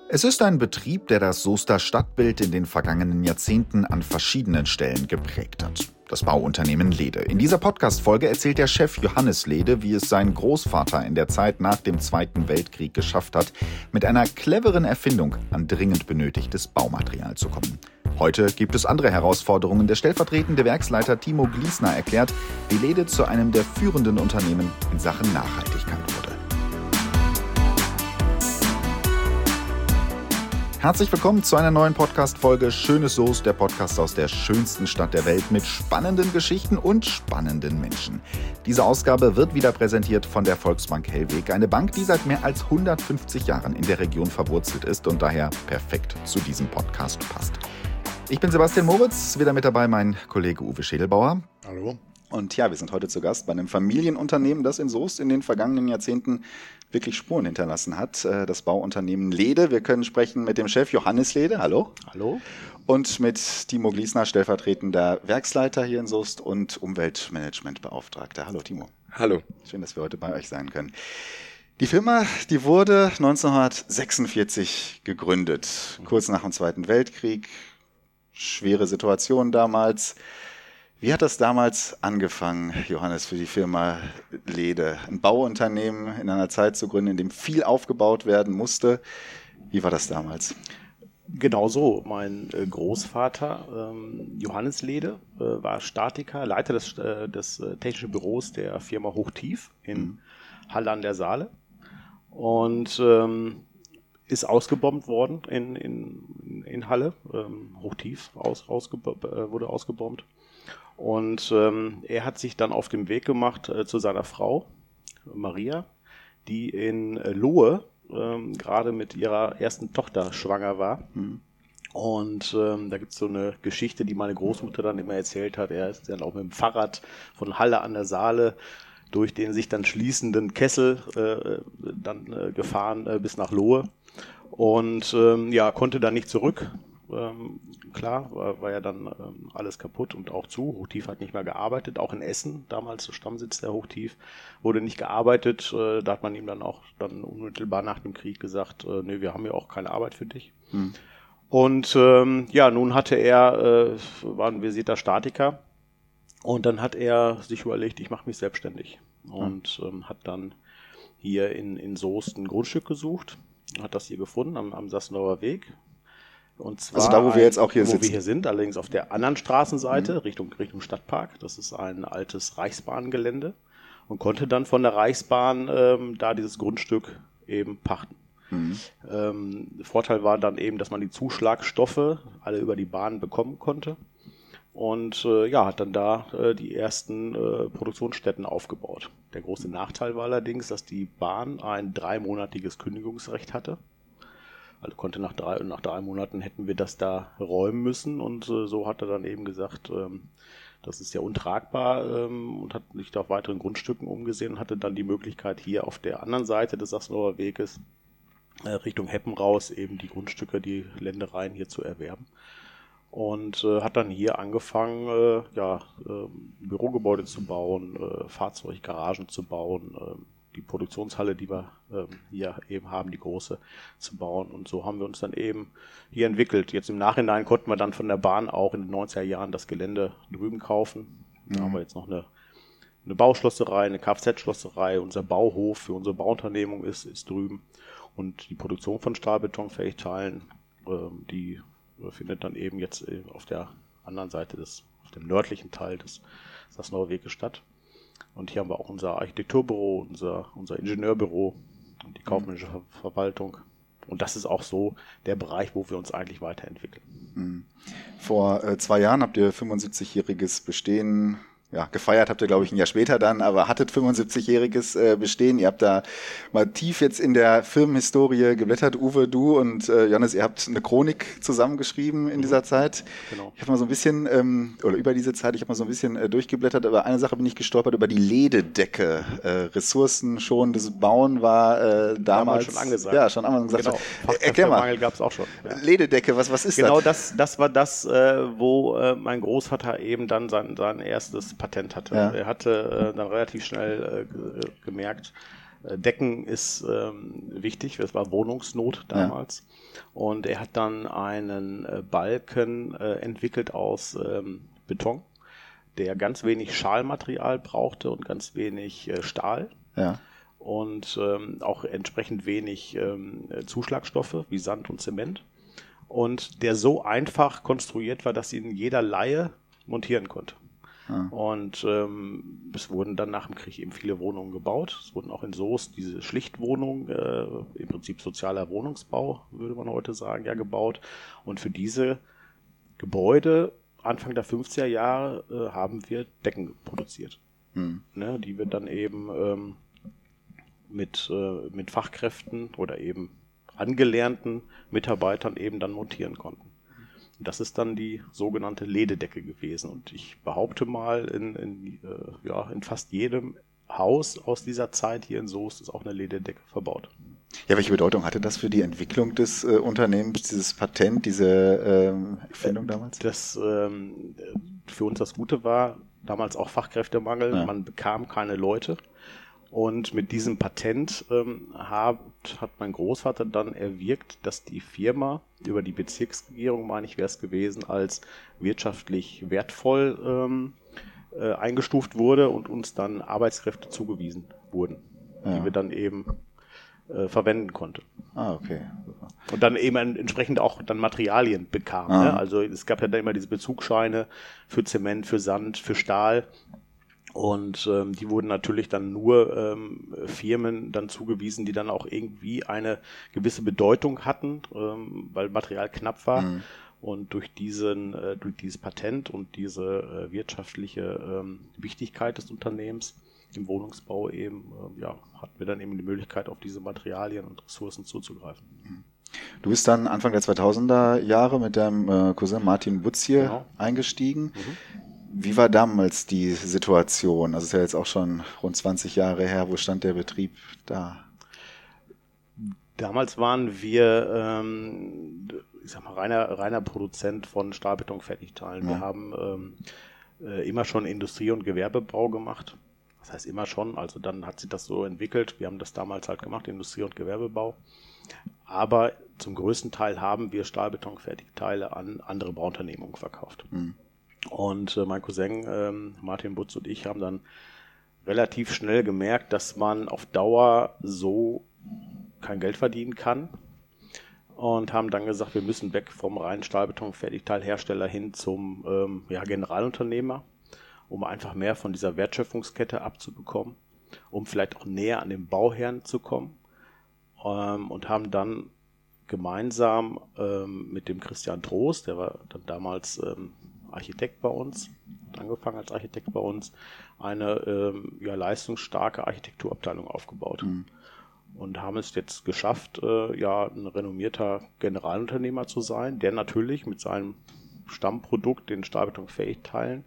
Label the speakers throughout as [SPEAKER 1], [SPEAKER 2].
[SPEAKER 1] Es ist ein Betrieb, der das Soester Stadtbild in den vergangenen Jahrzehnten an verschiedenen Stellen geprägt hat. Das Bauunternehmen Lede. In dieser Podcast-Folge erzählt der Chef Johannes Lede, wie es sein Großvater in der Zeit nach dem Zweiten Weltkrieg geschafft hat, mit einer cleveren Erfindung an dringend benötigtes Baumaterial zu kommen. Heute gibt es andere Herausforderungen. Der stellvertretende Werksleiter Timo Gliesner erklärt, wie Lede zu einem der führenden Unternehmen in Sachen Nachhaltigkeit wurde. Herzlich willkommen zu einer neuen Podcast-Folge Schönes Soest, der Podcast aus der schönsten Stadt der Welt mit spannenden Geschichten und spannenden Menschen. Diese Ausgabe wird wieder präsentiert von der Volksbank Hellweg, eine Bank, die seit mehr als 150 Jahren in der Region verwurzelt ist und daher perfekt zu diesem Podcast passt. Ich bin Sebastian Moritz, wieder mit dabei mein Kollege Uwe Schädelbauer.
[SPEAKER 2] Hallo.
[SPEAKER 1] Und ja, wir sind heute zu Gast bei einem Familienunternehmen, das in Soest in den vergangenen Jahrzehnten wirklich Spuren hinterlassen hat. Das Bauunternehmen Lede. Wir können sprechen mit dem Chef Johannes Lede. Hallo.
[SPEAKER 2] Hallo.
[SPEAKER 1] Und mit Timo Gliesner, stellvertretender Werksleiter hier in Soest und Umweltmanagementbeauftragter. Hallo Timo.
[SPEAKER 2] Hallo.
[SPEAKER 1] Schön, dass wir heute bei euch sein können. Die Firma, die wurde 1946 gegründet, kurz nach dem Zweiten Weltkrieg. Schwere Situation damals. Wie hat das damals angefangen, Johannes, für die Firma Lede? Ein Bauunternehmen in einer Zeit zu gründen, in dem viel aufgebaut werden musste. Wie war das damals?
[SPEAKER 2] Genau so. Mein Großvater Johannes Lede war Statiker, Leiter des technischen Büros der Firma Hochtief in Halle an der Saale und ist ausgebombt worden in Halle. Hochtief wurde ausgebombt. Und er hat sich dann auf den Weg gemacht zu seiner Frau, Maria, die in Lohe gerade mit ihrer ersten Tochter schwanger war. Und da gibt es so eine Geschichte, die meine Großmutter dann immer erzählt hat. Er ist dann auch mit dem Fahrrad von Halle an der Saale durch den sich dann schließenden Kessel gefahren bis nach Lohe. Und konnte dann nicht zurück. Klar, war ja dann alles kaputt und auch zu. Hochtief hat nicht mehr gearbeitet, auch in Essen, damals Stammsitz der Hochtief, wurde nicht gearbeitet. Da hat man ihm dann auch unmittelbar nach dem Krieg gesagt, nee, wir haben ja auch keine Arbeit für dich. Und nun war ein versierter Statiker und dann hat er sich überlegt, ich mache mich selbstständig und hat dann hier in Soest ein Grundstück gesucht, hat das hier gefunden am Sassenauer Weg. Und zwar
[SPEAKER 1] also da, wo wir jetzt auch hier
[SPEAKER 2] sitzen. Wo wir hier sind, allerdings auf der anderen Straßenseite, Richtung Stadtpark. Das ist ein altes Reichsbahngelände und konnte dann von der Reichsbahn da dieses Grundstück eben pachten. Vorteil war dann eben, dass man die Zuschlagstoffe alle über die Bahn bekommen konnte und hat dann da die ersten Produktionsstätten aufgebaut. Der große Nachteil war allerdings, dass die Bahn ein 3-monatiges Kündigungsrecht hatte. Also konnte nach drei Monaten hätten wir das da räumen müssen und so hat er dann eben gesagt, das ist ja untragbar und hat sich auf weiteren Grundstücken umgesehen und hatte dann die Möglichkeit hier auf der anderen Seite des Sassenauer Weges Richtung Heppen raus eben die Grundstücke, die Ländereien hier zu erwerben und hat dann hier angefangen, Bürogebäude zu bauen, Fahrzeuggaragen zu bauen, die Produktionshalle, die wir hier eben haben, die große, zu bauen. Und so haben wir uns dann eben hier entwickelt. Jetzt im Nachhinein konnten wir dann von der Bahn auch in den 90er Jahren das Gelände drüben kaufen. Da haben wir jetzt noch eine Bauschlosserei, eine Kfz-Schlosserei. Unser Bauhof für unsere Bauunternehmung ist drüben. Und die Produktion von Stahlbetonfertigteilen, die findet dann eben jetzt auf der anderen Seite auf dem nördlichen Teil des Sassenauer Weges statt. Und hier haben wir auch unser Architekturbüro, unser Ingenieurbüro und die kaufmännische Verwaltung. Und das ist auch so der Bereich, wo wir uns eigentlich weiterentwickeln.
[SPEAKER 1] Vor 2 Jahren habt ihr 75-jähriges Bestehen gefeiert habt ihr, glaube ich, ein Jahr später dann, aber hattet 75-jähriges Bestehen. Ihr habt da mal tief jetzt in der Firmenhistorie geblättert. Uwe, du und Johannes, ihr habt eine Chronik zusammengeschrieben in dieser Zeit. Genau. Ich habe mal so ein bisschen, über diese Zeit, ich habe mal so ein bisschen durchgeblättert, aber eine Sache bin ich gestolpert, über die Lededecke. Ressourcenschonendes Bauen war damals
[SPEAKER 2] schon angesagt.
[SPEAKER 1] Ja, schon einmal gesagt.
[SPEAKER 2] Genau.
[SPEAKER 1] Erklär mal.
[SPEAKER 2] Fachkräftemangel gab es auch schon. Ja.
[SPEAKER 1] Lededecke, was ist
[SPEAKER 2] genau
[SPEAKER 1] das?
[SPEAKER 2] Genau, das war das, wo mein Großvater eben dann sein erstes Patent hatte. Ja. Er hatte dann relativ schnell gemerkt, Decken ist wichtig, das war Wohnungsnot damals. Ja. Und er hat dann einen Balken entwickelt aus Beton, der ganz wenig Schalmaterial brauchte und ganz wenig Stahl.
[SPEAKER 1] Ja.
[SPEAKER 2] Und auch entsprechend wenig Zuschlagstoffe wie Sand und Zement. Und der so einfach konstruiert war, dass ihn jeder Laie montieren konnte. Ja. Und es wurden dann nach dem Krieg eben viele Wohnungen gebaut. Es wurden auch in Soest diese Schlichtwohnungen, im Prinzip sozialer Wohnungsbau, würde man heute sagen, ja gebaut. Und für diese Gebäude Anfang der 50er Jahre haben wir Decken produziert, ne, die wir dann eben mit Fachkräften oder eben angelernten Mitarbeitern eben dann montieren konnten. Das ist dann die sogenannte Lededecke gewesen. Und ich behaupte mal, in fast jedem Haus aus dieser Zeit hier in Soest ist auch eine Lededecke verbaut.
[SPEAKER 1] Ja, welche Bedeutung hatte das für die Entwicklung des Unternehmens, dieses Patent, diese Erfindung damals?
[SPEAKER 2] Das für uns das Gute war, damals auch Fachkräftemangel, man bekam keine Leute. Und mit diesem Patent hat mein Großvater dann erwirkt, dass die Firma über die Bezirksregierung, meine ich, wäre es gewesen, als wirtschaftlich wertvoll eingestuft wurde und uns dann Arbeitskräfte zugewiesen wurden, die wir dann eben verwenden konnten.
[SPEAKER 1] Ah, okay.
[SPEAKER 2] Und dann eben entsprechend auch dann Materialien bekamen. Ne? Also es gab ja dann immer diese Bezugsscheine für Zement, für Sand, für Stahl. Und die wurden natürlich dann nur Firmen dann zugewiesen, die dann auch irgendwie eine gewisse Bedeutung hatten, weil Material knapp war. Und durch dieses Patent und diese wirtschaftliche Wichtigkeit des Unternehmens im Wohnungsbau eben, hatten wir dann eben die Möglichkeit, auf diese Materialien und Ressourcen zuzugreifen.
[SPEAKER 1] Du bist dann Anfang der 2000er Jahre mit deinem Cousin Martin Butz hier eingestiegen. Wie war damals die Situation? Also es ist ja jetzt auch schon rund 20 Jahre her. Wo stand der Betrieb da?
[SPEAKER 2] Damals waren wir, reiner Produzent von Stahlbetonfertigteilen. Wir haben immer schon Industrie- und Gewerbebau gemacht. Das heißt immer schon, also dann hat sich das so entwickelt. Wir haben das damals halt gemacht, Industrie- und Gewerbebau. Aber zum größten Teil haben wir Stahlbetonfertigteile an andere Bauunternehmungen verkauft. Und mein Cousin Martin Butz und ich haben dann relativ schnell gemerkt, dass man auf Dauer so kein Geld verdienen kann. Und haben dann gesagt, wir müssen weg vom reinen Stahlbetonfertigteilhersteller hin zum Generalunternehmer, um einfach mehr von dieser Wertschöpfungskette abzubekommen, um vielleicht auch näher an den Bauherrn zu kommen. Und haben dann gemeinsam mit dem Christian Trost, der war dann damals Architekt bei uns, hat angefangen als Architekt bei uns, eine leistungsstarke Architekturabteilung aufgebaut. Und haben es jetzt geschafft, ein renommierter Generalunternehmer zu sein, der natürlich mit seinem Stammprodukt, den Stahlbetonfertigteilen,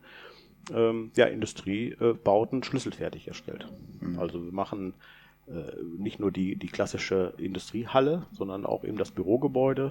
[SPEAKER 2] Industriebauten schlüsselfertig erstellt. Also wir machen nicht nur die klassische Industriehalle, sondern auch eben das Bürogebäude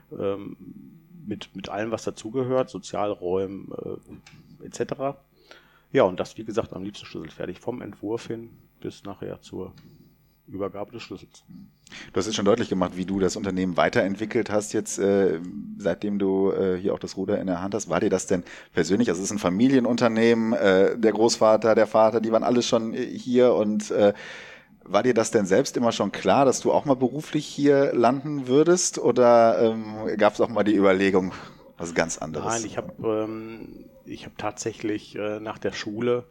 [SPEAKER 2] mit allem, was dazugehört, Sozialräumen etc. Ja, und das, wie gesagt, am liebsten schlüsselfertig, vom Entwurf hin bis nachher zur Übergabe des Schlüssels.
[SPEAKER 1] Du hast jetzt schon deutlich gemacht, wie du das Unternehmen weiterentwickelt hast jetzt, seitdem du hier auch das Ruder in der Hand hast. War dir das denn persönlich, also es ist ein Familienunternehmen, der Großvater, der Vater, die waren alle schon hier und war dir das denn selbst immer schon klar, dass du auch mal beruflich hier landen würdest oder gab es auch mal die Überlegung, was ganz anderes?
[SPEAKER 2] Nein, ich hab tatsächlich nach der Schule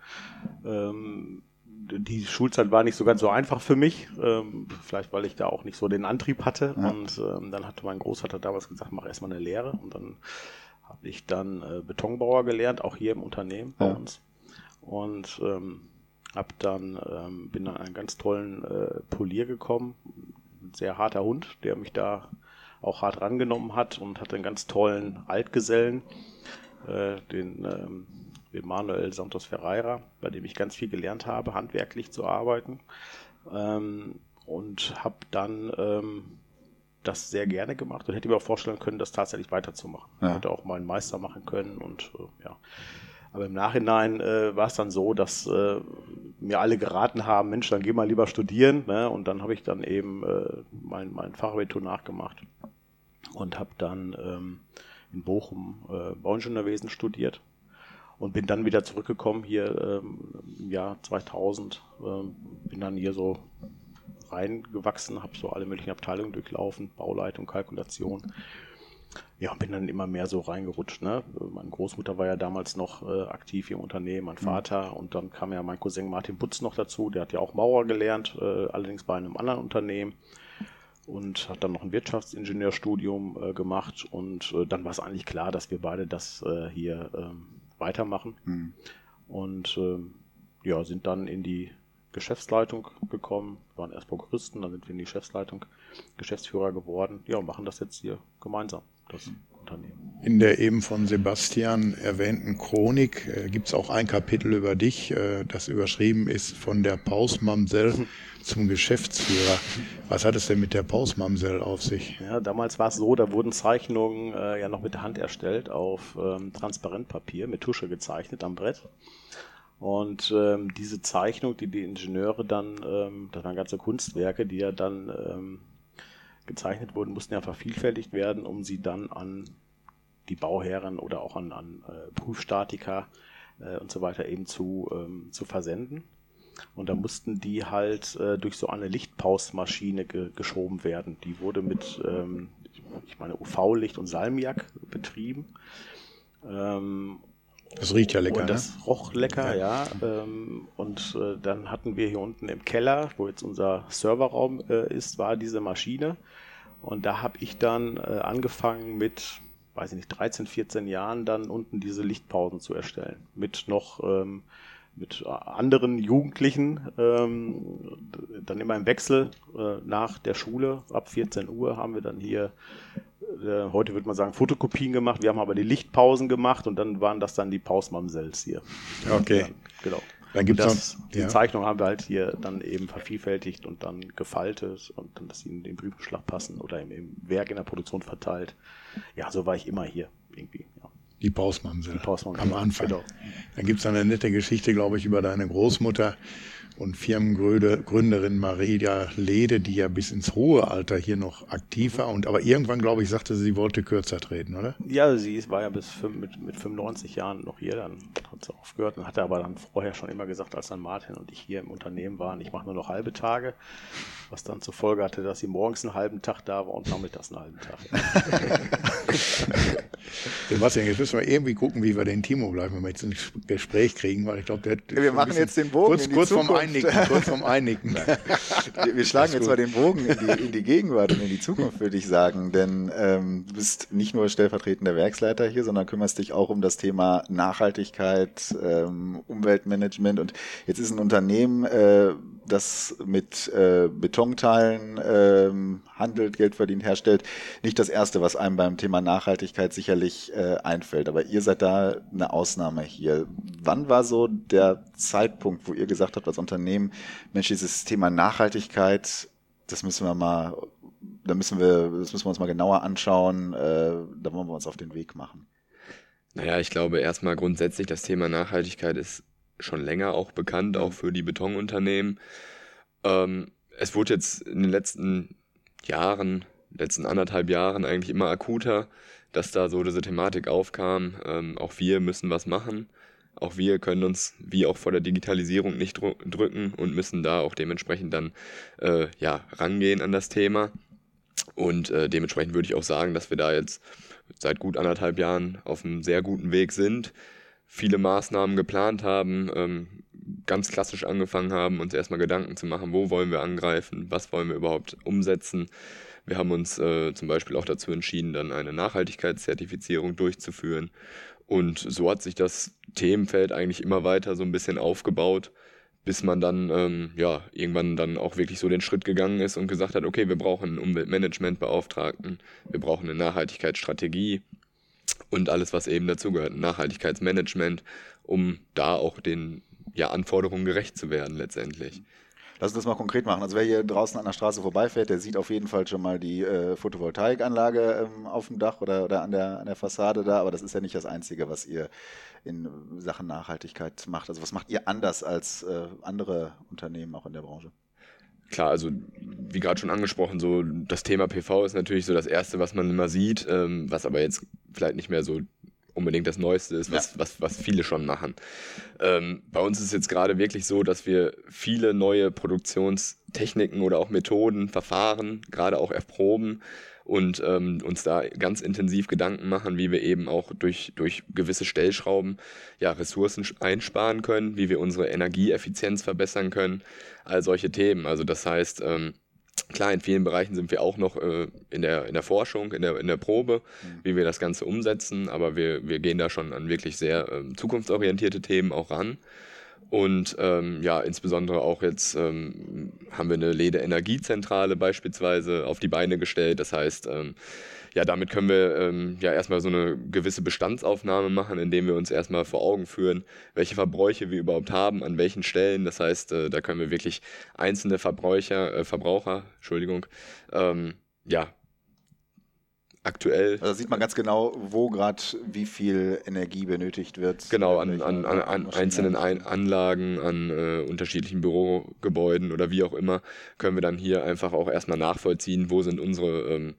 [SPEAKER 2] die Schulzeit war nicht so ganz so einfach für mich, vielleicht weil ich da auch nicht so den Antrieb hatte. Und dann hatte mein Großvater damals gesagt, mach erstmal eine Lehre. Und dann habe ich dann Betonbauer gelernt, auch hier im Unternehmen bei uns. Und bin dann an einen ganz tollen Polier gekommen, ein sehr harter Hund, der mich da auch hart rangenommen hat und hatte einen ganz tollen Altgesellen, den Manuel Santos Ferreira, bei dem ich ganz viel gelernt habe, handwerklich zu arbeiten, und habe dann das sehr gerne gemacht und hätte mir auch vorstellen können, das tatsächlich weiterzumachen. Ich hätte auch mal einen Meister machen können und Aber im Nachhinein war es dann so, dass mir alle geraten haben, Mensch, dann geh mal lieber studieren. Ne? Und dann habe ich dann eben mein Fachabitur nachgemacht und habe dann in Bochum Bauingenieurwesen studiert und bin dann wieder zurückgekommen hier im Jahr 2000. Bin dann hier so reingewachsen, habe so alle möglichen Abteilungen durchlaufen, Bauleitung, Kalkulation. Ja, und bin dann immer mehr so reingerutscht. Ne? Meine Großmutter war ja damals noch aktiv hier im Unternehmen, mein Vater. Und dann kam ja mein Cousin Martin Butz noch dazu. Der hat ja auch Maurer gelernt, allerdings bei einem anderen Unternehmen. Und hat dann noch ein Wirtschaftsingenieurstudium gemacht. Und dann war es eigentlich klar, dass wir beide das hier weitermachen. Mhm. Und ja, sind dann in die Geschäftsleitung gekommen, waren erst Prokuristen, dann sind wir in die Geschäftsleitung Geschäftsführer geworden. Ja, und machen das jetzt hier gemeinsam, das Unternehmen.
[SPEAKER 3] In der eben von Sebastian erwähnten Chronik gibt es auch ein Kapitel über dich, das überschrieben ist von der Pausmamsell zum Geschäftsführer. Was hat es denn mit der Pausmamsell auf sich?
[SPEAKER 2] Ja, damals war es so, da wurden Zeichnungen ja noch mit der Hand erstellt auf Transparentpapier, mit Tusche gezeichnet am Brett. Und diese Zeichnung, die Ingenieure dann, das waren ganze Kunstwerke, die ja dann gezeichnet wurden, mussten ja vervielfältigt werden, um sie dann an die Bauherren oder auch an Prüfstatiker und so weiter eben zu versenden. Und da mussten die halt durch so eine Lichtpausmaschine geschoben werden. Die wurde mit, ich meine, UV-Licht und Salmiak betrieben.
[SPEAKER 3] Das riecht ja lecker,
[SPEAKER 2] und das roch lecker, ja. Und dann hatten wir hier unten im Keller, wo jetzt unser Serverraum ist, war diese Maschine. Und da habe ich dann angefangen mit, weiß ich nicht, 13, 14 Jahren dann unten diese Lichtpausen zu erstellen. Mit noch mit anderen Jugendlichen, dann immer im Wechsel nach der Schule. Ab 14 Uhr haben wir dann hier heute würde man sagen Fotokopien gemacht, wir haben aber die Lichtpausen gemacht und dann waren das dann die Pausmamsells hier.
[SPEAKER 3] Okay.
[SPEAKER 2] Dann, genau.
[SPEAKER 3] Dann gibt's
[SPEAKER 2] die Zeichnung haben wir halt hier dann eben vervielfältigt und dann gefaltet und dann, dass sie in den Briefumschlag passen oder im Werk in der Produktion verteilt. Ja, so war ich immer hier irgendwie, ja.
[SPEAKER 3] Die Pausmamsell.
[SPEAKER 2] Am
[SPEAKER 3] Anfang.
[SPEAKER 2] Genau.
[SPEAKER 3] Dann gibt es eine nette Geschichte, glaube ich, über deine Großmutter und Firmengründerin Maria Lede, die ja bis ins hohe Alter hier noch aktiv war. Aber irgendwann, glaube ich, sagte sie wollte kürzer treten, oder?
[SPEAKER 2] Ja, sie war ja mit 95 Jahren noch hier, dann hat sie aufgehört und hatte aber dann vorher schon immer gesagt, als dann Martin und ich hier im Unternehmen waren, ich mache nur noch halbe Tage, was dann zur Folge hatte, dass sie morgens einen halben Tag da war und nachmittags einen halben Tag.
[SPEAKER 3] Sebastian, jetzt müssen wir irgendwie gucken, wie wir den Timo gleich mal jetzt ins Gespräch kriegen, weil ich glaube,
[SPEAKER 1] wir machen jetzt den Bogen
[SPEAKER 3] kurz vom Einnicken.
[SPEAKER 1] Wir schlagen jetzt mal den Bogen in die Gegenwart und in die Zukunft, würde ich sagen, denn du bist nicht nur stellvertretender Werksleiter hier, sondern kümmerst dich auch um das Thema Nachhaltigkeit, Umweltmanagement und jetzt ist ein Unternehmen, das mit Betonteilen handelt, Geld verdient, herstellt, nicht das Erste, was einem beim Thema Nachhaltigkeit sicherlich einfällt. Aber ihr seid da eine Ausnahme hier. Wann war so der Zeitpunkt, wo ihr gesagt habt als Unternehmen, Mensch, dieses Thema Nachhaltigkeit, das müssen wir uns mal genauer anschauen, da wollen wir uns auf den Weg machen?
[SPEAKER 4] Naja, ich glaube erstmal grundsätzlich, das Thema Nachhaltigkeit ist schon länger auch bekannt, auch für die Betonunternehmen. Es wurde jetzt in den letzten 1,5 Jahren eigentlich immer akuter, dass da so diese Thematik aufkam. Auch wir müssen was machen. Auch wir können uns, wie auch vor der Digitalisierung, nicht drücken und müssen da auch dementsprechend dann rangehen an das Thema. Und dementsprechend würde ich auch sagen, dass wir da jetzt seit gut 1,5 Jahren auf einem sehr guten Weg sind, viele Maßnahmen geplant haben, ganz klassisch angefangen haben, uns erstmal Gedanken zu machen, wo wollen wir angreifen, was wollen wir überhaupt umsetzen. Wir haben uns zum Beispiel auch dazu entschieden, dann eine Nachhaltigkeitszertifizierung durchzuführen. Und so hat sich das Themenfeld eigentlich immer weiter so ein bisschen aufgebaut, bis man dann irgendwann dann auch wirklich so den Schritt gegangen ist und gesagt hat, okay, wir brauchen einen Umweltmanagementbeauftragten, wir brauchen eine Nachhaltigkeitsstrategie und alles, was eben dazugehört, ein Nachhaltigkeitsmanagement, um da auch den Anforderungen gerecht zu werden letztendlich.
[SPEAKER 1] Lass uns das mal konkret machen. Also wer hier draußen an der Straße vorbeifährt, der sieht auf jeden Fall schon mal die Photovoltaikanlage auf dem Dach oder an der Fassade da, aber das ist ja nicht das Einzige, was ihr in Sachen Nachhaltigkeit macht. Also was macht ihr anders als andere Unternehmen auch in der Branche?
[SPEAKER 4] Klar, also wie gerade schon angesprochen, so das Thema PV ist natürlich so das Erste, was man immer sieht, was aber jetzt vielleicht nicht mehr so unbedingt das Neueste ist, was viele schon machen. Bei uns ist es jetzt gerade wirklich so, dass wir viele neue Produktionstechniken oder auch Methoden, Verfahren gerade auch erproben und uns da ganz intensiv Gedanken machen, wie wir eben auch durch gewisse Stellschrauben Ressourcen einsparen können, wie wir unsere Energieeffizienz verbessern können, all solche Themen. Also das heißt, klar, in vielen Bereichen sind wir auch noch in der Forschung, in der Probe, wie wir das Ganze umsetzen, aber wir gehen da schon an wirklich sehr zukunftsorientierte Themen auch ran. Und insbesondere auch jetzt haben wir eine LEDE-Energiezentrale beispielsweise auf die Beine gestellt. Das heißt, damit können wir erstmal so eine gewisse Bestandsaufnahme machen, indem wir uns erstmal vor Augen führen, welche Verbräuche wir überhaupt haben, an welchen Stellen. Das heißt, da können wir wirklich einzelne Verbraucher, aktuell.
[SPEAKER 1] Also da sieht man ganz genau, wo gerade wie viel Energie benötigt wird.
[SPEAKER 4] Genau, an einzelnen Anlagen, an unterschiedlichen Bürogebäuden oder wie auch immer, können wir dann hier einfach auch erstmal nachvollziehen, wo sind unsere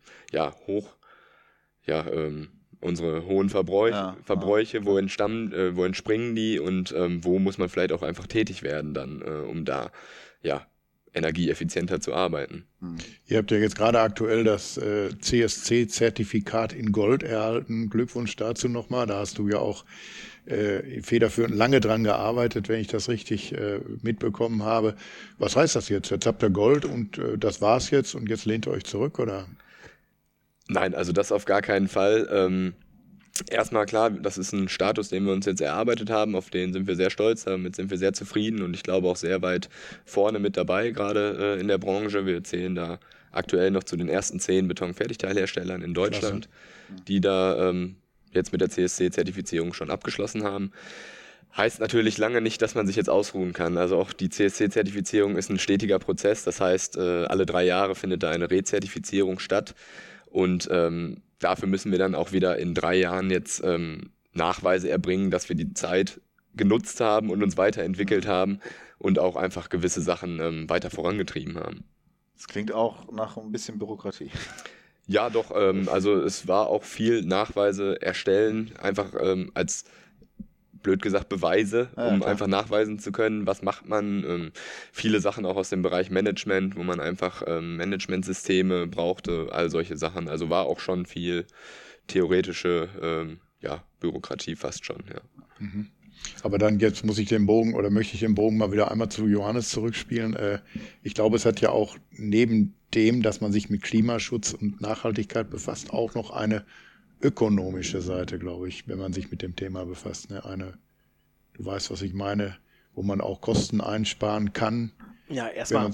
[SPEAKER 4] unsere hohen Verbräuche, wo entspringen die und wo muss man vielleicht auch einfach tätig werden dann, um da energieeffizienter zu arbeiten.
[SPEAKER 3] Ihr habt ja jetzt gerade aktuell das CSC-Zertifikat in Gold erhalten. Glückwunsch dazu nochmal. Da hast du ja auch federführend lange dran gearbeitet, wenn ich das richtig mitbekommen habe. Was heißt das jetzt? Jetzt habt ihr Gold und das war's jetzt und jetzt lehnt ihr euch zurück, oder?
[SPEAKER 4] Nein, also das auf gar keinen Fall. Erstmal klar, das ist ein Status, den wir uns jetzt erarbeitet haben, auf den sind wir sehr stolz, damit sind wir sehr zufrieden und ich glaube auch sehr weit vorne mit dabei, gerade in der Branche. Wir zählen da aktuell noch zu den ersten 10 Betonfertigteilherstellern in Deutschland, die da jetzt mit der CSC-Zertifizierung schon abgeschlossen haben. Heißt natürlich lange nicht, dass man sich jetzt ausruhen kann. Also auch die CSC-Zertifizierung ist ein stetiger Prozess, das heißt, alle 3 Jahre findet da eine Rezertifizierung statt und dafür müssen wir dann auch wieder in 3 Jahren jetzt Nachweise erbringen, dass wir die Zeit genutzt haben und uns weiterentwickelt haben und auch einfach gewisse Sachen weiter vorangetrieben haben.
[SPEAKER 1] Das klingt auch nach ein bisschen Bürokratie.
[SPEAKER 4] Ja, doch. Also es war auch viel Nachweise erstellen, einfach als blöd gesagt Beweise, um einfach nachweisen zu können, was macht man. Viele Sachen auch aus dem Bereich Management, wo man einfach Managementsysteme brauchte, all solche Sachen. Also war auch schon viel theoretische Bürokratie fast schon, ja.
[SPEAKER 3] Mhm. Aber dann jetzt möchte ich den Bogen mal wieder einmal zu Johannes zurückspielen. Ich glaube, es hat ja auch neben dem, dass man sich mit Klimaschutz und Nachhaltigkeit befasst, auch noch eine ökonomische Seite, glaube ich, wenn man sich mit dem Thema befasst. Ne? Du weißt, was ich meine, wo man auch Kosten einsparen kann.
[SPEAKER 2] Ja, erstmal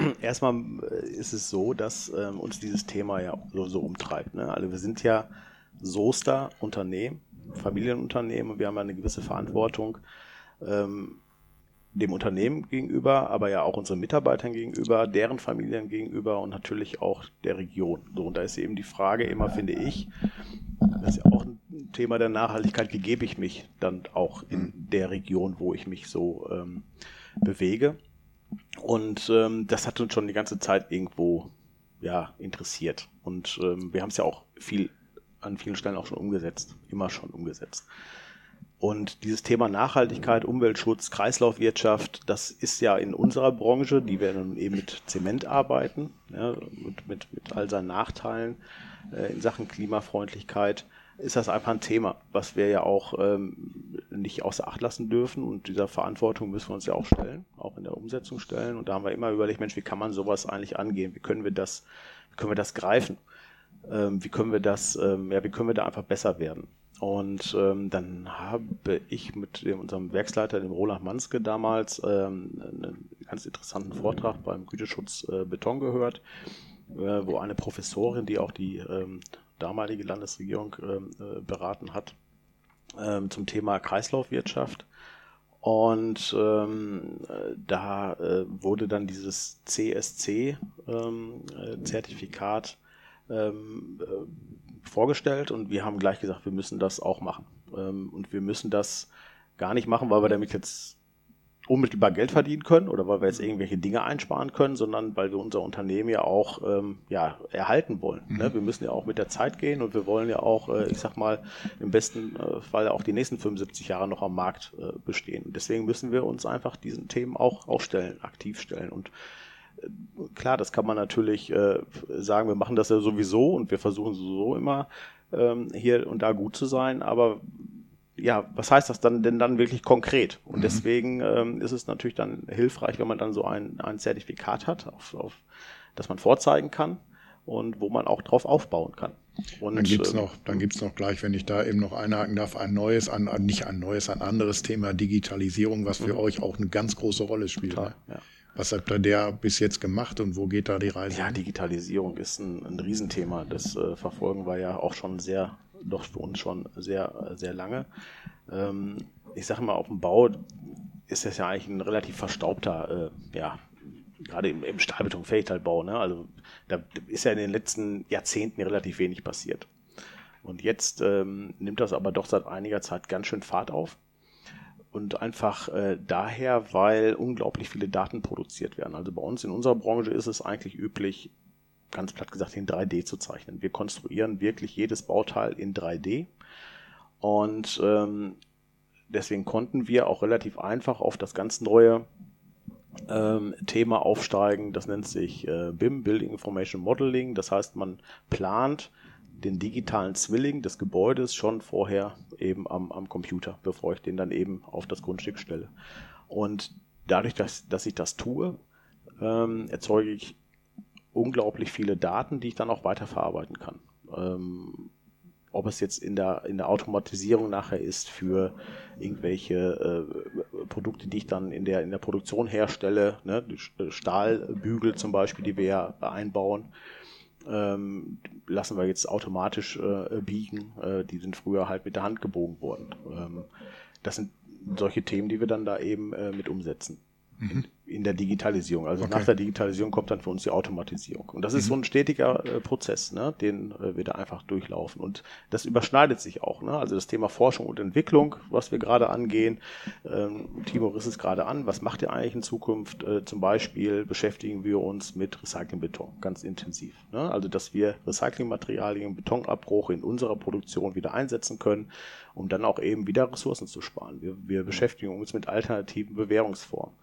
[SPEAKER 2] ist es so, dass uns dieses Thema ja so umtreibt. Ne? Also wir sind ja Soester Unternehmen, Familienunternehmen, und wir haben ja eine gewisse Verantwortung dem Unternehmen gegenüber, aber ja auch unseren Mitarbeitern gegenüber, deren Familien gegenüber und natürlich auch der Region. So, und da ist eben die Frage immer, finde ich, das ist ja auch ein Thema der Nachhaltigkeit, wie gebe ich mich dann auch in der Region, wo ich mich so bewege. Und das hat uns schon die ganze Zeit irgendwo interessiert. Und wir haben es ja auch an vielen Stellen auch schon umgesetzt, immer schon umgesetzt. Und dieses Thema Nachhaltigkeit, Umweltschutz, Kreislaufwirtschaft, das ist ja in unserer Branche, die wir dann eben mit Zement arbeiten, ja, mit all seinen Nachteilen in Sachen Klimafreundlichkeit, ist das einfach ein Thema, was wir ja auch nicht außer Acht lassen dürfen. Und dieser Verantwortung müssen wir uns ja auch stellen, auch in der Umsetzung stellen. Und da haben wir immer überlegt, Mensch, wie kann man sowas eigentlich angehen? Wie können wir das greifen? Wie können wir da einfach besser werden? Und dann habe ich mit unserem Werksleiter, dem Roland Manske, damals einen ganz interessanten Vortrag beim Güteschutz Beton gehört, wo eine Professorin, die auch die damalige Landesregierung beraten hat, zum Thema Kreislaufwirtschaft. Und da wurde dann dieses CSC-Zertifikat vorgestellt und wir haben gleich gesagt, wir müssen das auch machen. Und wir müssen das gar nicht machen, weil wir damit jetzt unmittelbar Geld verdienen können oder weil wir jetzt irgendwelche Dinge einsparen können, sondern weil wir unser Unternehmen ja auch erhalten wollen. Ne? Wir müssen ja auch mit der Zeit gehen und wir wollen ja auch, ich sag mal, im besten Fall auch die nächsten 75 Jahre noch am Markt bestehen. Und deswegen müssen wir uns einfach diesen Themen auch stellen, aktiv stellen. Und klar, das kann man natürlich sagen, wir machen das ja sowieso und wir versuchen sowieso immer hier und da gut zu sein, aber ja, was heißt das denn dann wirklich konkret? Und deswegen ist es natürlich dann hilfreich, wenn man dann so ein Zertifikat hat, auf das man vorzeigen kann und wo man auch drauf aufbauen kann. Und
[SPEAKER 3] dann gibt's noch gleich, wenn ich da eben noch einhaken darf, ein anderes Thema Digitalisierung, was für euch auch eine ganz große Rolle spielt.
[SPEAKER 2] Total,
[SPEAKER 3] ne?
[SPEAKER 2] ja.
[SPEAKER 3] Was habt ihr da bis jetzt gemacht und wo geht da die Reise?
[SPEAKER 2] Ja, Digitalisierung ist ein Riesenthema. Das verfolgen wir ja auch schon für uns schon sehr, sehr lange. Ich sage mal, auf dem Bau ist das ja eigentlich ein relativ verstaubter, gerade im Stahlbeton-Fertigteilbau, ne? Also da ist ja in den letzten Jahrzehnten relativ wenig passiert. Und jetzt nimmt das aber doch seit einiger Zeit ganz schön Fahrt auf. Und einfach daher, weil unglaublich viele Daten produziert werden. Also bei uns in unserer Branche ist es eigentlich üblich, ganz platt gesagt, in 3D zu zeichnen. Wir konstruieren wirklich jedes Bauteil in 3D. Und deswegen konnten wir auch relativ einfach auf das ganz neue Thema aufsteigen. Das nennt sich BIM, Building Information Modeling. Das heißt, man plant den digitalen Zwilling des Gebäudes schon vorher eben am Computer, bevor ich den dann eben auf das Grundstück stelle. Und dadurch, dass ich das tue, erzeuge ich unglaublich viele Daten, die ich dann auch weiterverarbeiten kann. Ob es jetzt in der Automatisierung nachher ist für irgendwelche Produkte, die ich dann in der Produktion herstelle, ne? Stahlbügel zum Beispiel, die wir ja einbauen, lassen wir jetzt automatisch biegen. Die sind früher halt mit der Hand gebogen worden. Das sind solche Themen, die wir dann da eben mit umsetzen. In der Digitalisierung. Also nach der Digitalisierung kommt dann für uns die Automatisierung. Und das ist so ein stetiger Prozess, ne, den wir da einfach durchlaufen. Und das überschneidet sich auch. Ne? Also das Thema Forschung und Entwicklung, was wir gerade angehen. Timo riss es gerade an. Was macht ihr eigentlich in Zukunft? Zum Beispiel beschäftigen wir uns mit Recyclingbeton ganz intensiv. Ne? Also dass wir Recyclingmaterialien, Betonabbruch in unserer Produktion wieder einsetzen können, um dann auch eben wieder Ressourcen zu sparen. Wir beschäftigen uns mit alternativen Bewährungsformen.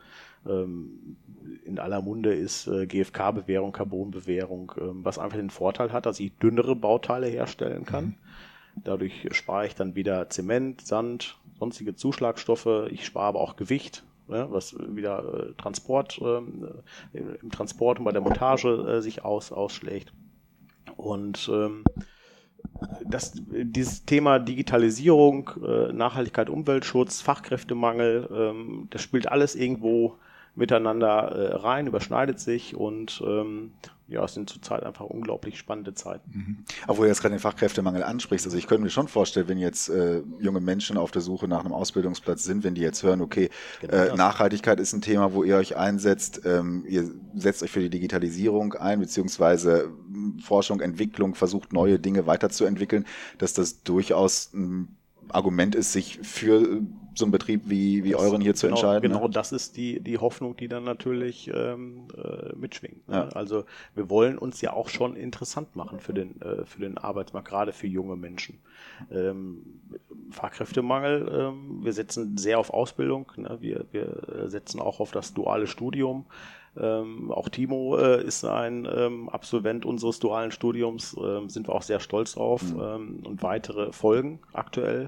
[SPEAKER 2] In aller Munde ist GFK-Bewährung, Carbonbewährung, was einfach den Vorteil hat, dass ich dünnere Bauteile herstellen kann. Dadurch spare ich dann wieder Zement, Sand, sonstige Zuschlagstoffe. Ich spare aber auch Gewicht, was wieder im Transport und bei der Montage sich ausschlägt. Und dieses Thema Digitalisierung, Nachhaltigkeit, Umweltschutz, Fachkräftemangel, das spielt alles irgendwo miteinander rein, überschneidet sich und es sind zurzeit einfach unglaublich spannende Zeiten.
[SPEAKER 1] Obwohl du jetzt gerade den Fachkräftemangel ansprichst, also ich könnte mir schon vorstellen, wenn jetzt junge Menschen auf der Suche nach einem Ausbildungsplatz sind, wenn die jetzt hören, okay, Nachhaltigkeit ist ein Thema, wo ihr euch einsetzt, ihr setzt euch für die Digitalisierung ein, beziehungsweise Forschung, Entwicklung, versucht neue Dinge weiterzuentwickeln, dass das durchaus ein Argument ist, sich für so einen Betrieb wie euren hier zu entscheiden.
[SPEAKER 2] Genau, das ist die Hoffnung, die dann natürlich mitschwingt. Ne? Ja. Also wir wollen uns ja auch schon interessant machen für den Arbeitsmarkt, gerade für junge Menschen. Fachkräftemangel, wir setzen sehr auf Ausbildung, ne? Wir setzen auch auf das duale Studium. Auch Timo ist ein Absolvent unseres dualen Studiums, sind wir auch sehr stolz drauf und weitere folgen aktuell.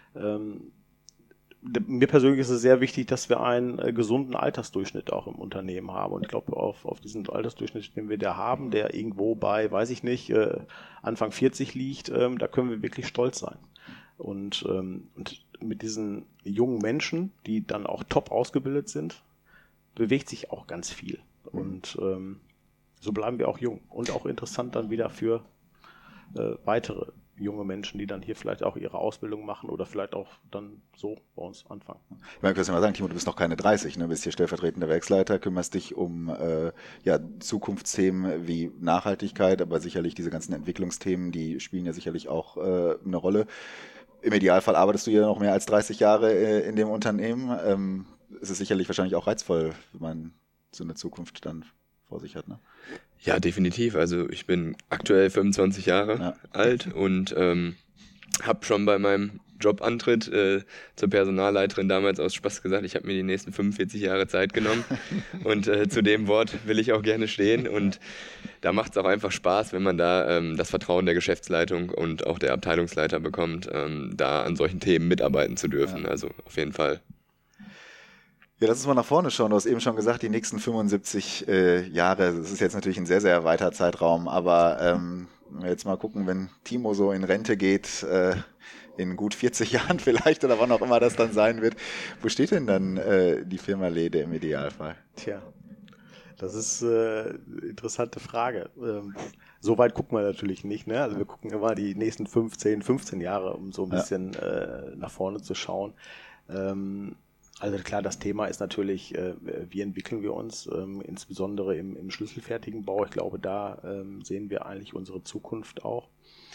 [SPEAKER 2] Mir persönlich ist es sehr wichtig, dass wir einen gesunden Altersdurchschnitt auch im Unternehmen haben. Und ich glaube, auf diesen Altersdurchschnitt, den wir da haben, der irgendwo bei, weiß ich nicht, Anfang 40 liegt, da können wir wirklich stolz sein. Und mit diesen jungen Menschen, die dann auch top ausgebildet sind, bewegt sich auch ganz viel. Und so bleiben wir auch jung und auch interessant dann wieder für weitere junge Menschen, die dann hier vielleicht auch ihre Ausbildung machen oder vielleicht auch dann so bei uns anfangen.
[SPEAKER 1] Ich meine, kannst du mal sagen, Timo, du bist noch keine 30, ne? Du bist hier stellvertretender Werksleiter, kümmerst dich um Zukunftsthemen wie Nachhaltigkeit, aber sicherlich diese ganzen Entwicklungsthemen, die spielen ja sicherlich auch eine Rolle. Im Idealfall arbeitest du ja noch mehr als 30 Jahre in dem Unternehmen. Es ist sicherlich wahrscheinlich auch reizvoll, wenn man so eine Zukunft dann vor sich hat, ne?
[SPEAKER 4] Ja, definitiv. Also ich bin aktuell 25 Jahre alt und habe schon bei meinem Jobantritt zur Personalleiterin damals aus Spaß gesagt, ich habe mir die nächsten 45 Jahre Zeit genommen und zu dem Wort will ich auch gerne stehen und da macht es auch einfach Spaß, wenn man da das Vertrauen der Geschäftsleitung und auch der Abteilungsleiter bekommt, da an solchen Themen mitarbeiten zu dürfen. Also auf jeden Fall.
[SPEAKER 1] Ja, lass uns mal nach vorne schauen. Du hast eben schon gesagt, die nächsten 75 Jahre, das ist jetzt natürlich ein sehr, sehr weiter Zeitraum, aber wenn wir jetzt mal gucken, wenn Timo so in Rente geht, in gut 40 Jahren vielleicht oder wann auch immer das dann sein wird, wo steht denn dann die Firma Lede im Idealfall?
[SPEAKER 2] Tja, das ist eine interessante Frage. So weit gucken wir natürlich nicht, ne? Also wir gucken immer die nächsten 15 Jahre, um so ein bisschen nach vorne zu schauen. Also klar, das Thema ist natürlich, wie entwickeln wir uns, insbesondere im schlüsselfertigen Bau. Ich glaube, da sehen wir eigentlich unsere Zukunft auch.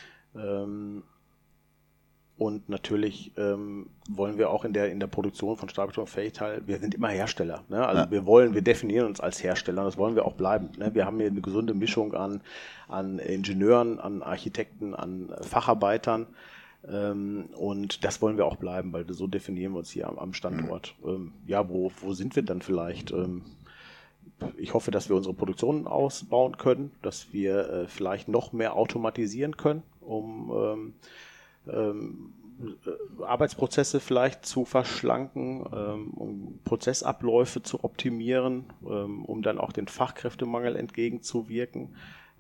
[SPEAKER 2] Und natürlich wollen wir auch in der Produktion von Stahlbeton Fertigteil, wir sind immer Hersteller, ne? Also wir definieren uns als Hersteller, und das wollen wir auch bleiben, ne? Wir haben hier eine gesunde Mischung an Ingenieuren, an Architekten, an Facharbeitern. Und das wollen wir auch bleiben, weil so definieren wir uns hier am Standort. Wo sind wir dann vielleicht? Ich hoffe, dass wir unsere Produktion ausbauen können, dass wir vielleicht noch mehr automatisieren können, um Arbeitsprozesse vielleicht zu verschlanken, um Prozessabläufe zu optimieren, um dann auch den Fachkräftemangel entgegenzuwirken.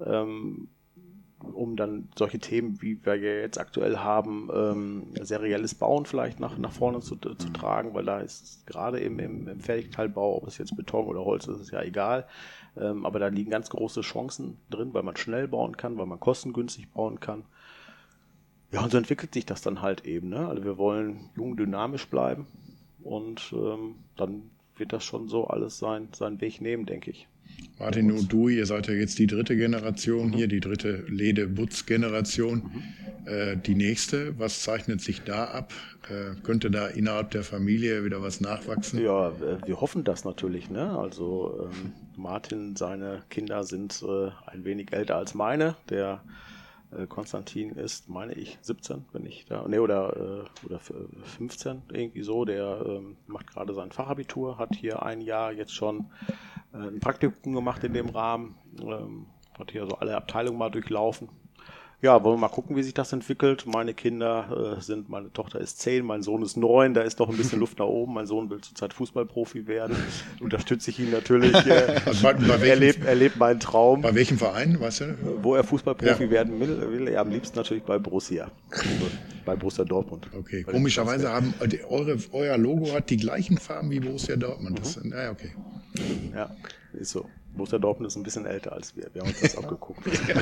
[SPEAKER 2] Um dann solche Themen, wie wir jetzt aktuell haben, serielles Bauen vielleicht nach vorne zu tragen, weil da ist es gerade im Fertigteilbau, ob es jetzt Beton oder Holz ist, ist ja egal, aber da liegen ganz große Chancen drin, weil man schnell bauen kann, weil man kostengünstig bauen kann. Ja, und so entwickelt sich das dann halt eben, ne? Also wir wollen jung, dynamisch bleiben und dann wird das schon so alles seinen Weg nehmen, denke ich.
[SPEAKER 3] Martin und du, ihr seid ja jetzt die dritte Generation hier, die dritte Lede-Butz-Generation. Die nächste, was zeichnet sich da ab? Könnte da innerhalb der Familie wieder was nachwachsen?
[SPEAKER 2] Ja, wir hoffen das natürlich, ne? Also Martin, seine Kinder sind ein wenig älter als meine. Der Konstantin ist, meine ich, 17, wenn ich da, ne, oder 15, irgendwie so. Der macht gerade sein Fachabitur, hat hier ein Jahr jetzt schon ein Praktikum gemacht in dem Rahmen, hat hier so alle Abteilungen mal durchlaufen. Ja, wollen wir mal gucken, wie sich das entwickelt. Meine Kinder meine Tochter ist 10, mein Sohn ist 9, da ist doch ein bisschen Luft nach oben. Mein Sohn will zurzeit Fußballprofi werden. Unterstütze ich ihn natürlich. Er lebt meinen Traum.
[SPEAKER 3] Bei welchem Verein, weißt du?
[SPEAKER 2] Wo er Fußballprofi werden will, er am liebsten natürlich bei Borussia. Bei Borussia Dortmund.
[SPEAKER 3] Okay, komischerweise haben euer Logo hat die gleichen Farben wie Borussia Dortmund. Okay.
[SPEAKER 2] Ja, ist so. Borussia Dortmund ist ein bisschen älter als wir. Wir haben uns das abgeguckt.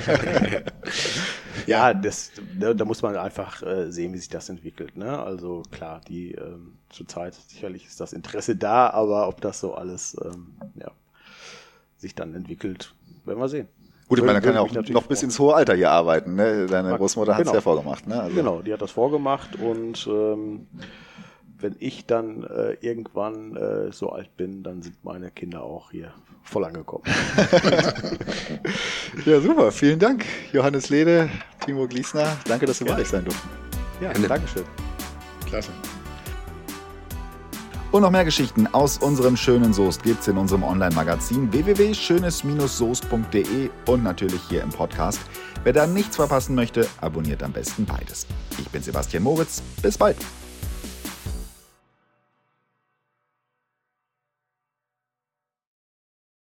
[SPEAKER 2] Ja, da muss man einfach sehen, wie sich das entwickelt. Ne? Also klar, zurzeit sicherlich ist das Interesse da, aber ob das so alles sich dann entwickelt, werden wir sehen.
[SPEAKER 1] Gut, ich meine, man kann ja auch noch bis ins hohe Alter hier arbeiten. Ne? Deine Großmutter hat es ja vorgemacht. Ne? Also.
[SPEAKER 2] Genau, die hat das vorgemacht und wenn ich dann irgendwann so alt bin, dann sind meine Kinder auch hier voll angekommen.
[SPEAKER 1] Ja, super. Vielen Dank, Johannes Lede, Timo Gliesner. Danke, dass wir bei euch sein durften.
[SPEAKER 2] Ja, Dankeschön.
[SPEAKER 3] Klasse.
[SPEAKER 1] Und noch mehr Geschichten aus unserem schönen Soest gibt's in unserem Online-Magazin www.schönes-soest.de und natürlich hier im Podcast. Wer da nichts verpassen möchte, abonniert am besten beides. Ich bin Sebastian Moritz. Bis bald.